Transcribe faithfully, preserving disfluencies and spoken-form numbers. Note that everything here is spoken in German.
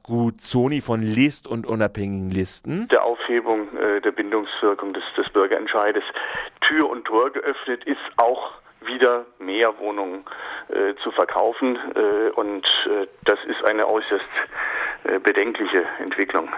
Guzzoni von List und unabhängigen Listen. Der Aufhebung äh, der Bindungswirkung des, des Bürgerentscheides Tür und Tor geöffnet ist, auch wieder mehr Wohnungen äh, zu verkaufen. Äh, und äh, das ist eine äußerst äh, bedenkliche Entwicklung.